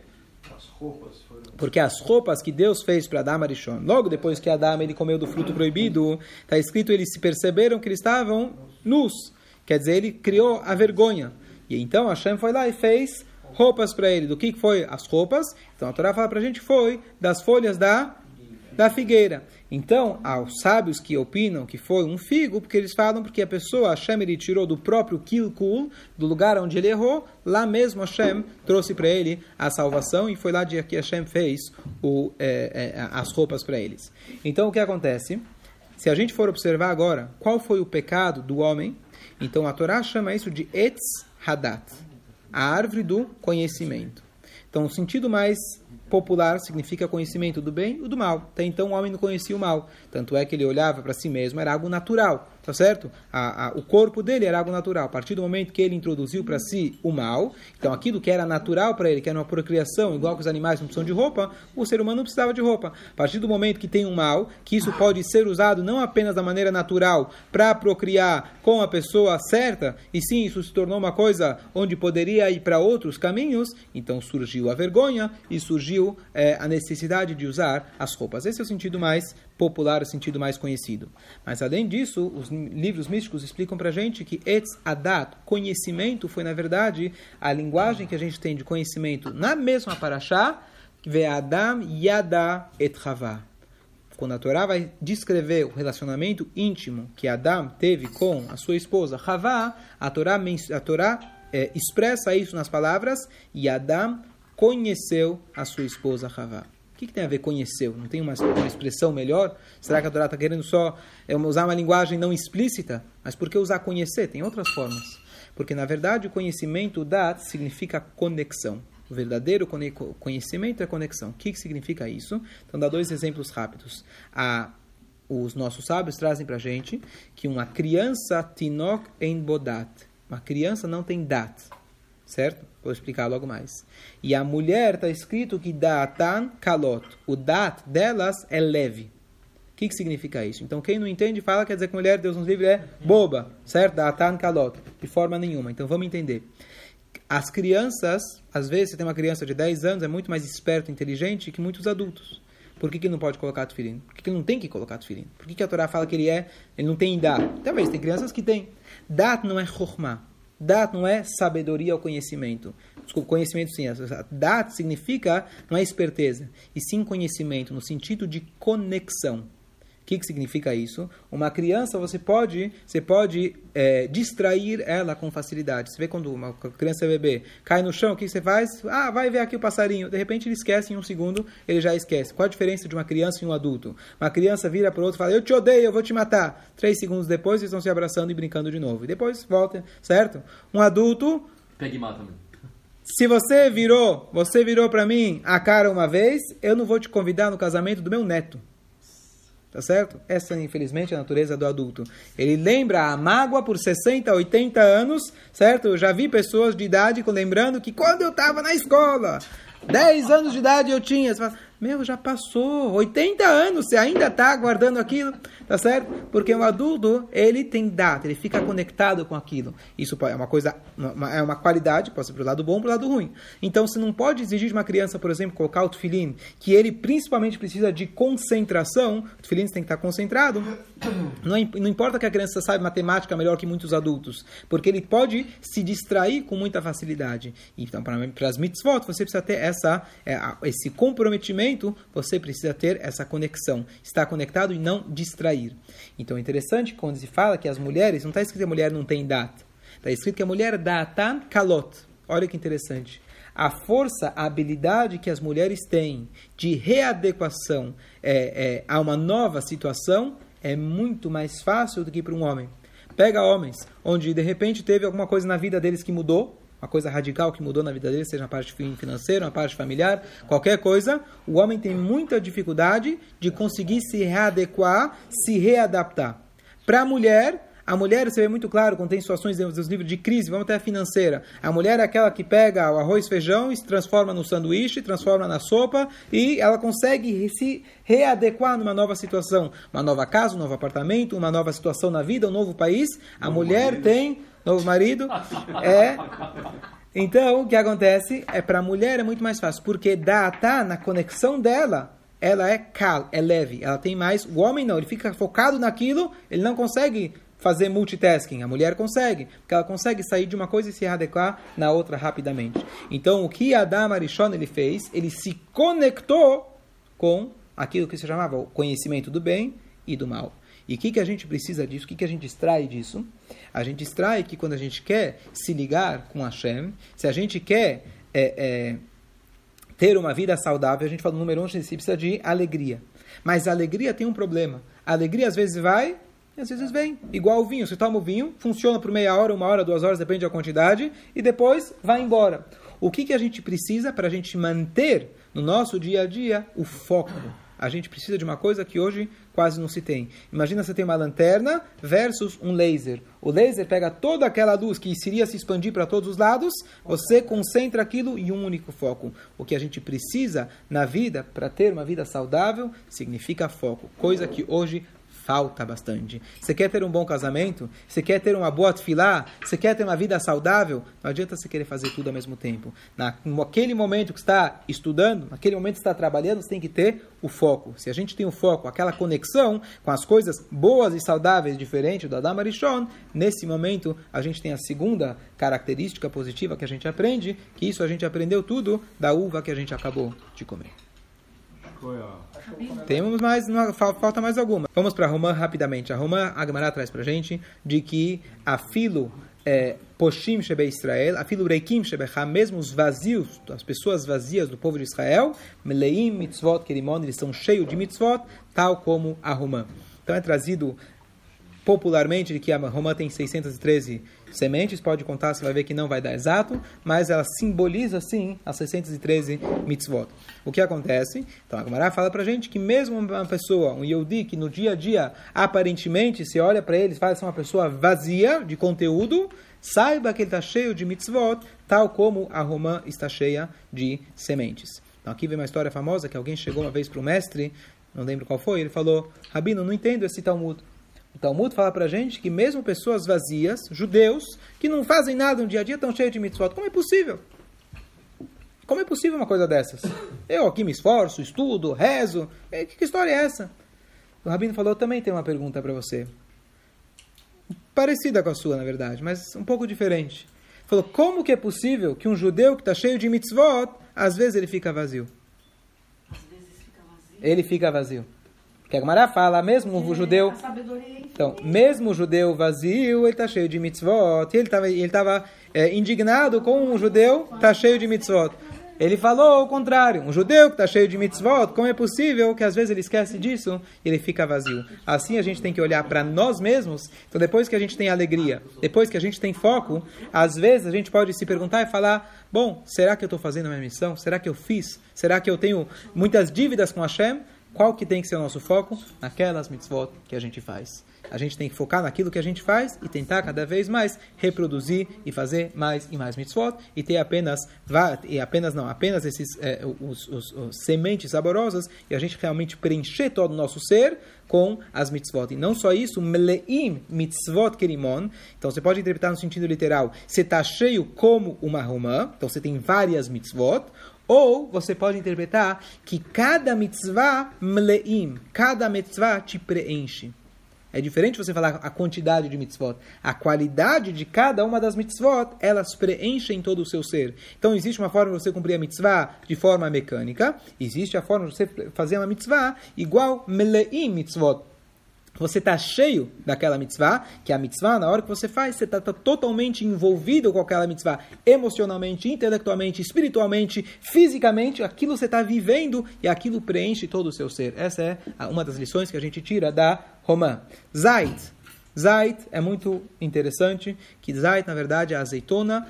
as roupas que Deus fez para Adam Arishon, logo depois que Adam ele comeu do fruto proibido, está escrito, eles se perceberam que eles estavam nus. Quer dizer, ele criou a vergonha. E então Hashem foi lá e fez roupas para ele. Do que foi as roupas? Então a Torá fala para a gente, foi das folhas da figueira. Então, aos sábios que opinam que foi um figo, porque eles falam porque a pessoa, Hashem, ele tirou do próprio Kilkul, do lugar onde ele errou, lá mesmo Hashem trouxe para ele a salvação e foi lá que Hashem fez as roupas para eles. Então, o que acontece? Se a gente for observar agora qual foi o pecado do homem, então a Torá chama isso de Etz Hadat, a árvore do conhecimento. Então, o sentido mais popular significa conhecimento do bem e do mal. Até então o homem não conhecia o mal. Tanto é que ele olhava para si mesmo, era algo natural. Tá certo? O corpo dele era algo natural. A partir do momento que ele introduziu para si o mal, então aquilo que era natural para ele, que era uma procriação, igual que os animais não precisam de roupa, o ser humano não precisava de roupa. A partir do momento que tem um mal, que isso pode ser usado não apenas da maneira natural para procriar com a pessoa certa, e sim, isso se tornou uma coisa onde poderia ir para outros caminhos, então surgiu a vergonha e surgiu a necessidade de usar as roupas. Esse é o sentido mais popular, o sentido mais conhecido. Mas além disso, os livros místicos explicam para a gente que Etz Adat, conhecimento, foi na verdade a linguagem que a gente tem de conhecimento na mesma Parashá, Ve'adam Yada et Havá. Quando a Torá vai descrever o relacionamento íntimo que Adam teve com a sua esposa Havá, a Torá expressa isso nas palavras, e Adam conheceu a sua esposa Havá. O que tem a ver conheceu? Não tem uma expressão melhor? Será que a Torá está querendo só usar uma linguagem não explícita? Mas por que usar conhecer? Tem outras formas. Porque, na verdade, o conhecimento dat significa conexão. O verdadeiro conhecimento é conexão. O que significa isso? Então, dá 2 exemplos rápidos. Os nossos sábios trazem para a gente que uma criança tinok en bodat. Uma criança não tem dat. Certo? Vou explicar logo mais. E a mulher está escrito que datan kalot. O dat delas é leve. O que significa isso? Então, quem não entende, fala, quer dizer que a mulher, Deus nos livre, é boba. Certo? Datan kalot. De forma nenhuma. Então, vamos entender. As crianças, às vezes, você tem uma criança de 10 anos, é muito mais esperto e inteligente que muitos adultos. Por que não pode colocar tefilim? Por que não tem que colocar tefilim? Por que a Torá fala que ele não tem dat? Talvez, tem crianças que têm. Dat não é chokhmah. Dat não é sabedoria ou conhecimento. Desculpa, conhecimento sim. Dat significa, não é esperteza, e sim conhecimento, no sentido de conexão. O que significa isso? Uma criança, você pode distrair ela com facilidade. Você vê quando uma criança bebê cai no chão, o que você faz? Vai ver aqui o passarinho. De repente ele esquece, em 1 segundo ele já esquece. Qual a diferença de uma criança e um adulto? Uma criança vira para o outro e fala, eu te odeio, eu vou te matar. 3 segundos depois eles estão se abraçando e brincando de novo. E depois volta, certo? Um adulto... Pega e mata, meu. Se você virou para mim a cara uma vez, eu não vou te convidar no casamento do meu neto. Tá certo? Essa, infelizmente, é a natureza do adulto. Ele lembra a mágoa por 60, 80 anos, certo? Eu já vi pessoas de idade lembrando que quando eu estava na escola, 10 anos de idade eu tinha. Você fala, meu, já passou 80 anos, você ainda está guardando aquilo, tá certo? Porque o adulto, ele tem data, ele fica conectado com aquilo. Isso é uma coisa, é uma qualidade, pode ser para o lado bom ou para o lado ruim. Então, você não pode exigir de uma criança, por exemplo, colocar o tefilim, que ele principalmente precisa de concentração. O tefilim tem que estar concentrado. Não importa que a criança saiba matemática melhor que muitos adultos, porque ele pode se distrair com muita facilidade. Então, para as mitzvot, você precisa ter esse comprometimento, você precisa ter essa conexão, estar conectado e não distrair. Então é interessante que quando se fala que as mulheres, não está escrito que a mulher não tem data, está escrito que a mulher datan kalot. Olha que interessante. A força, a habilidade que as mulheres têm de readequação a uma nova situação é muito mais fácil do que para um homem. Pega homens, onde de repente teve alguma coisa na vida deles que mudou, uma coisa radical que mudou na vida dele, seja na parte financeira, na parte familiar, qualquer coisa, o homem tem muita dificuldade de conseguir se readequar, se readaptar. Para a mulher, você vê muito claro, quando tem situações dos livros de crise, vamos até a financeira, a mulher é aquela que pega o arroz e feijão e se transforma no sanduíche, transforma na sopa, e ela consegue se readequar numa nova situação, uma nova casa, um novo apartamento, uma nova situação na vida, um novo país. A mulher tem... novo marido, Então, o que acontece para a mulher é muito mais fácil, porque na conexão dela, ela é é leve, ela tem mais, o homem não, ele fica focado naquilo, ele não consegue fazer multitasking, a mulher consegue, porque ela consegue sair de uma coisa e se adequar na outra rapidamente. Então, o que Adam Arishon ele fez, ele se conectou com aquilo que se chamava o conhecimento do bem e do mal. E o que a gente precisa disso? O que a gente extrai disso? A gente extrai que quando a gente quer se ligar com Hashem, se a gente quer ter uma vida saudável, a gente fala no número 1, a gente precisa de alegria. Mas a alegria tem um problema. A alegria às vezes vai e às vezes vem. Igual o vinho. Você toma o vinho, funciona por meia hora, 1 hora, 2 horas, depende da quantidade, e depois vai embora. O que a gente precisa para a gente manter no nosso dia a dia o foco? A gente precisa de uma coisa que hoje quase não se tem. Imagina você tem uma lanterna versus um laser. O laser pega toda aquela luz que iria se expandir para todos os lados, você concentra aquilo em um único foco. O que a gente precisa na vida, para ter uma vida saudável, significa foco. Coisa que hoje falta bastante. Você quer ter um bom casamento? Você quer ter uma boa tefilá? Você quer ter uma vida saudável? Não adianta você querer fazer tudo ao mesmo tempo. Naquele momento que está estudando, naquele momento que está trabalhando, você tem que ter o foco. Se a gente tem o foco, aquela conexão com as coisas boas e saudáveis, diferente do Adam Arishon, nesse momento a gente tem a segunda característica positiva que a gente aprende, que isso a gente aprendeu tudo da uva que a gente acabou de comer. Temos mais, falta mais alguma. Vamos para a Romã rapidamente. A Romã, a Gemara traz para a gente de que afilo poshim shebe Israel, afilo reikim shebecha, mesmo os vazios, as pessoas vazias do povo de Israel, meleim mitzvot kerimon, eles são cheios de mitzvot, tal como a Romã. Então é trazido popularmente de que a Romã tem 613 sementes, pode contar, você vai ver que não vai dar exato, mas ela simboliza, sim, as 613 mitzvot. O que acontece? Então a Gemara fala pra gente que mesmo uma pessoa, um Yehudi, que no dia a dia, aparentemente, se olha para ele e fala que é uma pessoa vazia de conteúdo, saiba que ele está cheio de mitzvot, tal como a Romã está cheia de sementes. Então aqui vem uma história famosa, que alguém chegou uma vez para o mestre, não lembro qual foi, ele falou, Rabino, não entendo esse Talmud. O Talmud fala pra gente que mesmo pessoas vazias, judeus, que não fazem nada no dia a dia, estão cheios de mitzvot. Como é possível? Como é possível uma coisa dessas? Eu aqui me esforço, estudo, rezo. Que história é essa? O Rabino falou, também tem uma pergunta para você. Parecida com a sua, na verdade, mas um pouco diferente. Falou, como que é possível que um judeu que está cheio de mitzvot, às vezes ele fica vazio? Às vezes fica vazio? Ele fica vazio. Porque a Gemara fala, mesmo o judeu... Então, mesmo o judeu vazio, ele está cheio de mitzvot. Ele estava indignado com um judeu que está cheio de mitzvot. Ele falou o contrário. Um judeu que está cheio de mitzvot, como é possível que às vezes ele esquece disso e ele fica vazio? Assim a gente tem que olhar para nós mesmos. Então, depois que a gente tem alegria, depois que a gente tem foco, às vezes a gente pode se perguntar e falar, bom, será que eu estou fazendo a minha missão? Será que eu fiz? Será que eu tenho muitas dívidas com Hashem? Qual que tem que ser o nosso foco? Naquelas mitzvot que a gente faz. A gente tem que focar naquilo que a gente faz e tentar cada vez mais reproduzir e fazer mais e mais mitzvot e ter apenas esses os sementes saborosas e a gente realmente preencher todo o nosso ser com as mitzvot. E não só isso, meleim mitzvot kerimon. Então você pode interpretar no sentido literal, você está cheio como uma romã, então você tem várias mitzvot. Ou você pode interpretar que cada mitzvah mleim, cada mitzvah te preenche. É diferente você falar a quantidade de mitzvot. A qualidade de cada uma das mitzvot, elas preenchem todo o seu ser. Então existe uma forma de você cumprir a mitzvah de forma mecânica. Existe a forma de você fazer uma mitzvah igual meleim mitzvot. Você está cheio daquela mitzvah, que a mitzvah, na hora que você faz, você está totalmente envolvido com aquela mitzvah, emocionalmente, intelectualmente, espiritualmente, fisicamente, aquilo você está vivendo e aquilo preenche todo o seu ser. Essa é uma das lições que a gente tira da Romã. Zait. Zait é muito interessante, que Zait, na verdade, a azeitona,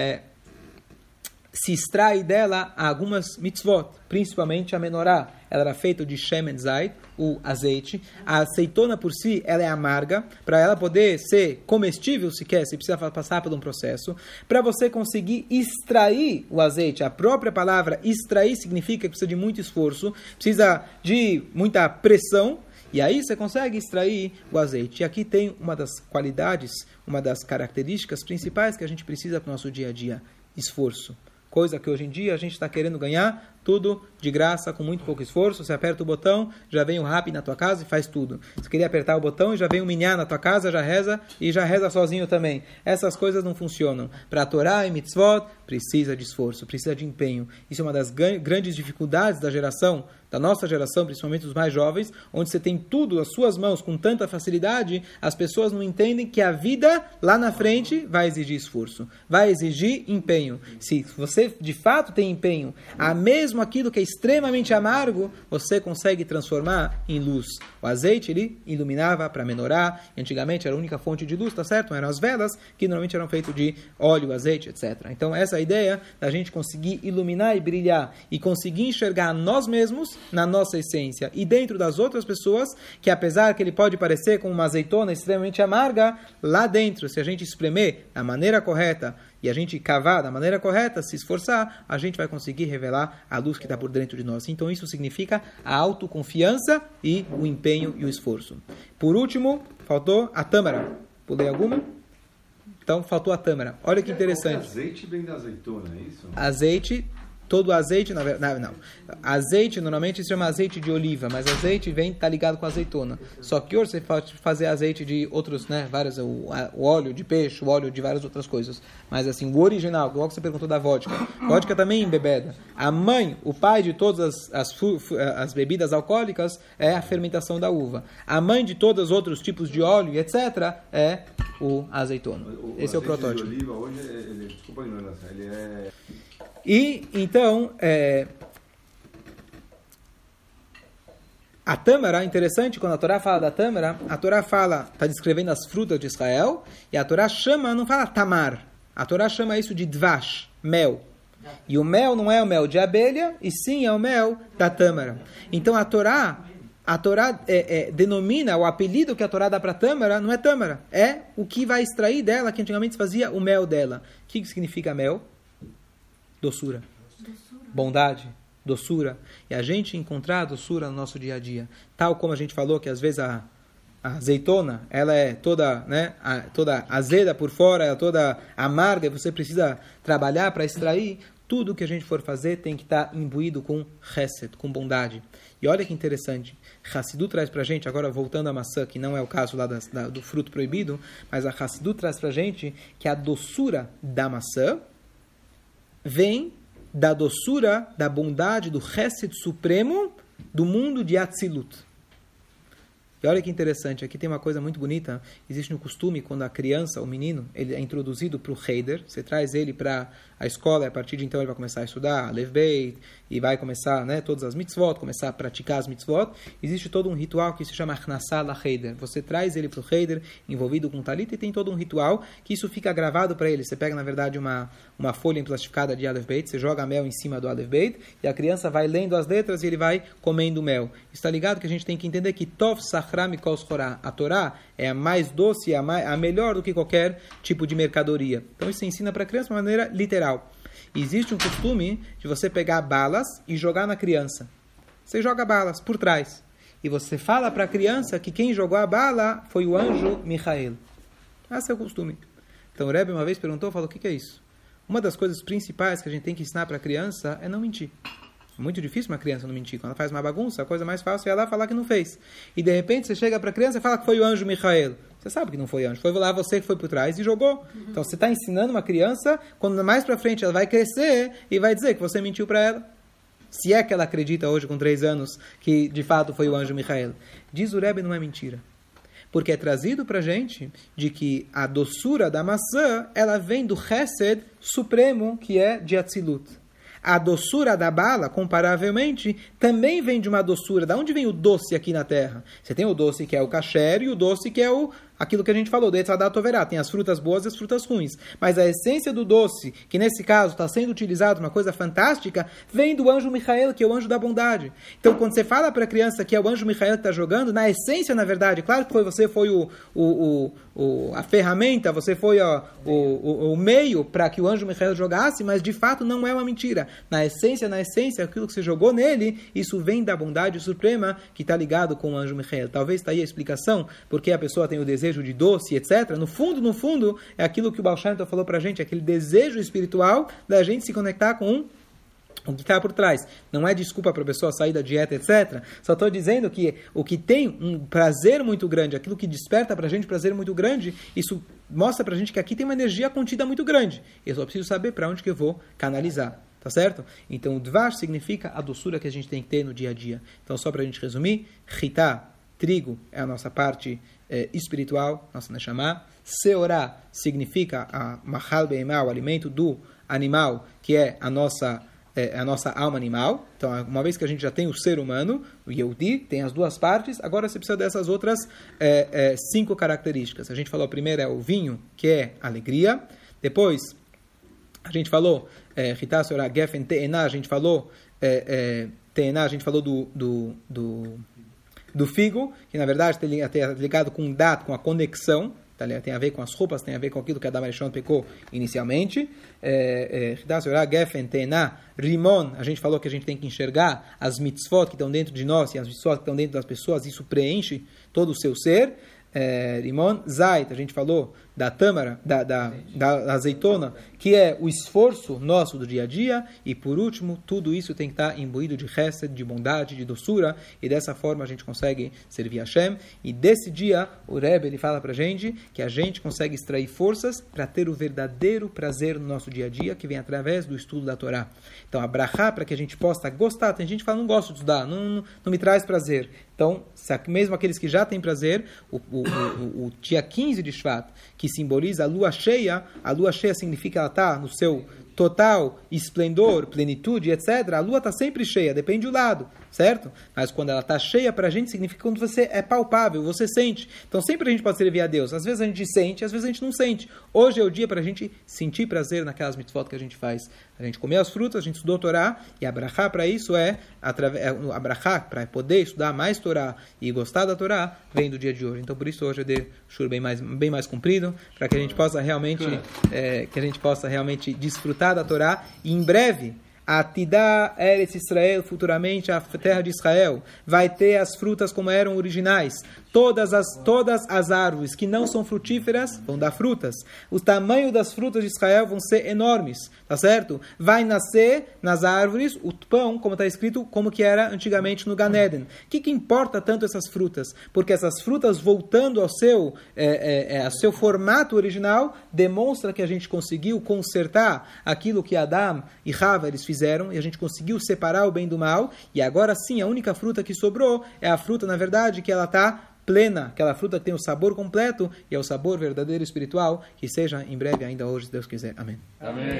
se extrai dela algumas mitzvot, principalmente a menorá. Ela era feita de shemen zait, o azeite. A azeitona por si, ela é amarga. Para ela poder ser comestível, se quer, você precisa passar por um processo. Para você conseguir extrair o azeite, a própria palavra extrair significa que precisa de muito esforço, precisa de muita pressão, e aí você consegue extrair o azeite. E aqui tem uma das qualidades, uma das características principais que a gente precisa para o nosso dia a dia: esforço. Coisa que hoje em dia a gente está querendo ganhar tudo de graça, com muito pouco esforço. Você aperta o botão, já vem o Rappi na tua casa e faz tudo. Você queria apertar o botão e já vem o minyan na tua casa, já reza e já reza sozinho também. Essas coisas não funcionam. Para a Torá e mitzvot, precisa de esforço, precisa de empenho. Isso é uma das grandes dificuldades da geração, da nossa geração, principalmente os mais jovens, onde você tem tudo às suas mãos com tanta facilidade, as pessoas não entendem que a vida lá na frente vai exigir esforço, vai exigir empenho. Se você de fato tem empenho, mesmo aquilo que é extremamente amargo, você consegue transformar em luz. O azeite, ele iluminava para menorá. Antigamente era a única fonte de luz, tá certo? Eram as velas, que normalmente eram feitas de óleo, azeite, etc. Então essa é a ideia da gente conseguir iluminar e brilhar e conseguir enxergar nós mesmos na nossa essência e dentro das outras pessoas, que apesar que ele pode parecer com uma azeitona extremamente amarga, lá dentro, se a gente espremer da maneira correta e a gente cavar da maneira correta, se esforçar, a gente vai conseguir revelar a luz que está por dentro de nós. Então isso significa a autoconfiança e o empenho e o esforço. Por último, faltou a tâmara. Pulei alguma? Então faltou a tâmara. Olha que interessante. O azeite vem da azeitona, é isso? Azeite, todo azeite, na verdade, não. Azeite normalmente se chama azeite de oliva, mas azeite está ligado com azeitona. Só que hoje você pode fazer azeite de outros, né, vários, o óleo de peixe, o óleo de várias outras coisas. Mas assim, o original, igual que você perguntou da vodka. Vodka também embebeda. A mãe, o pai de todas as bebidas alcoólicas é a fermentação da uva. A mãe de todos os outros tipos de óleo, etc., é o azeitona. Esse é o protótipo. O azeite de oliva hoje, desculpa a ignorância, ele é... E, então, a tâmara, interessante, quando a Torá fala da tâmara, a Torá fala, está descrevendo as frutas de Israel, e a Torá chama, não fala tamar, a Torá chama isso de dvash, mel. E o mel não é o mel de abelha, e sim é o mel da tâmara. Então a Torá denomina, o apelido que a Torá dá para a tâmara, não é tâmara, é o que vai extrair dela, que antigamente se fazia o mel dela. O que significa mel? Doçura. Bondade, doçura. E a gente encontrar a doçura no nosso dia a dia. Tal como a gente falou que às vezes a azeitona, ela é toda, né, toda azeda por fora, ela é toda amarga, e você precisa trabalhar para extrair. Tudo que a gente for fazer tem que estar imbuído com chesed, com bondade. E olha que interessante, Hassidut traz para a gente, agora voltando à maçã, que não é o caso lá do fruto proibido, mas a Hassidut traz para a gente que a doçura da maçã vem da doçura, da bondade, do chesed supremo do mundo de Atzilut. E olha que interessante, aqui tem uma coisa muito bonita. Existe um costume, quando a criança, o menino, ele é introduzido para o Heider, você traz ele para a escola, e a partir de então ele vai começar a estudar, Lev Beit, e vai começar, né, todas as mitzvot, começar a praticar as mitzvot. Existe todo um ritual que se chama Achnasá la Heider. Você traz ele para o Heider, envolvido com talita, e tem todo um ritual que isso fica gravado para ele. Você pega, na verdade, uma folha emplastificada de Aleph Beit, você joga mel em cima do Aleph Beit, e a criança vai lendo as letras e ele vai comendo mel. Está ligado que a gente tem que entender que Tov Sachra Mikol Schorá, a Torá é a mais doce, a melhor do que qualquer tipo de mercadoria. Então isso se ensina para a criança de uma maneira literal. Existe um costume de você pegar balas e jogar na criança. Você joga balas por trás. E você fala para a criança que quem jogou a bala foi o anjo Michael. Esse é o costume. Então o Rebbe uma vez perguntou, falou, o que é isso? Uma das coisas principais que a gente tem que ensinar para a criança é não mentir. É muito difícil uma criança não mentir. Quando ela faz uma bagunça, a coisa mais fácil é ela falar que não fez. E de repente você chega para a criança e fala que foi o anjo Michael. Você sabe que não foi anjo. Foi lá você que foi por trás e jogou. Então você está ensinando uma criança, quando mais para frente ela vai crescer e vai dizer que você mentiu para ela. Se é que ela acredita hoje com 3 anos que de fato foi o anjo Michael. Diz o Rebbe, não é mentira. Porque é trazido para a gente de que a doçura da maçã, ela vem do Chesed supremo, que é de Atzilut. A doçura da bala, comparavelmente, também vem de uma doçura. Da onde vem o doce aqui na Terra? Você tem o doce que é o kasher e o doce que é aquilo que a gente falou, tem as frutas boas e as frutas ruins. Mas a essência do doce, que nesse caso está sendo utilizado, uma coisa fantástica, vem do anjo Michael, que é o anjo da bondade. Então, quando você fala para a criança que é o anjo Michael que está jogando, na essência, na verdade, claro que você foi a ferramenta, você foi o meio para que o anjo Michael jogasse, mas de fato não é uma mentira. Na essência, aquilo que você jogou nele, isso vem da bondade suprema que está ligado com o anjo Michael. Talvez está aí a explicação, porque a pessoa tem o desejo de doce, etc. No fundo, é aquilo que o Baal Shem Tov falou para a gente, aquele desejo espiritual da gente se conectar com o que está por trás. Não é desculpa para a pessoa sair da dieta, etc. Só estou dizendo que o que tem um prazer muito grande, aquilo que desperta para a gente prazer muito grande, isso mostra para a gente que aqui tem uma energia contida muito grande. Eu só preciso saber para onde que eu vou canalizar. Tá certo? Então, o Dvash significa a doçura que a gente tem que ter no dia a dia. Então, só para a gente resumir, Chitá, trigo, é a nossa parte espiritual, nossa Neshama. Seorá significa a Mahal Beimá, o alimento do animal, que é a nossa alma animal. Então, uma vez que a gente já tem o ser humano, o Yehudi, tem as duas partes, agora você precisa dessas outras 5 características. A gente falou, a primeira é o vinho, que é alegria. Depois, a gente falou Chitá, Seorá, Gefen, Te'ená, a gente falou Te'ená, a gente falou do figo, que na verdade está ligado com o dat, com a conexão, tem a ver com as roupas, tem a ver com aquilo que Adam Arishon pecou inicialmente. Gefen, Tená, Rimon, a gente falou que a gente tem que enxergar as mitzvot que estão dentro de nós e as mitzvot que estão dentro das pessoas, isso preenche todo o seu ser. Rimon, Zait, a gente falou da tâmara, da azeitona, que é o esforço nosso do dia a dia, e por último, tudo isso tem que estar imbuído de chesed, de bondade, de doçura, e dessa forma a gente consegue servir a Hashem, e desse dia, o Rebbe, ele fala pra gente que a gente consegue extrair forças para ter o verdadeiro prazer no nosso dia a dia, que vem através do estudo da Torá. Então, a brachá, para que a gente possa gostar, tem gente que fala, não gosto de estudar, não me traz prazer. Então, mesmo aqueles que já têm prazer, o dia 15 de Shvat, que simboliza a lua cheia significa que ela está no seu total esplendor, plenitude, etc. A lua está sempre cheia, depende do lado, certo? Mas quando ela está cheia, para a gente, significa quando você é palpável, você sente. Então sempre a gente pode servir a Deus. Às vezes a gente sente, às vezes a gente não sente. Hoje é o dia para a gente sentir prazer naquelas mitzvot que a gente faz. A gente comer as frutas, a gente estudou a Torá, e a brachá para isso a brachá, para poder estudar mais Torá e gostar da Torá, vem do dia de hoje. Então por isso hoje é de shur bem mais comprido, para que a gente possa realmente desfrutar da Torá, e em breve a Tidá Eretz Israel, futuramente a terra de Israel, vai ter as frutas como eram originais. Todas as árvores que não são frutíferas vão dar frutas. O tamanho das frutas de Israel vão ser enormes, tá certo? Vai nascer nas árvores o pão, como está escrito, como que era antigamente no Gan Eden. O que importa tanto essas frutas? Porque essas frutas, voltando ao seu formato original, demonstra que a gente conseguiu consertar aquilo que Adam e Rava eles fizeram, e a gente conseguiu separar o bem do mal, e agora sim, a única fruta que sobrou é a fruta, na verdade, que ela está plena, aquela fruta que tem o sabor completo e é o sabor verdadeiro espiritual, que seja em breve ainda hoje, se Deus quiser. Amém. Amém.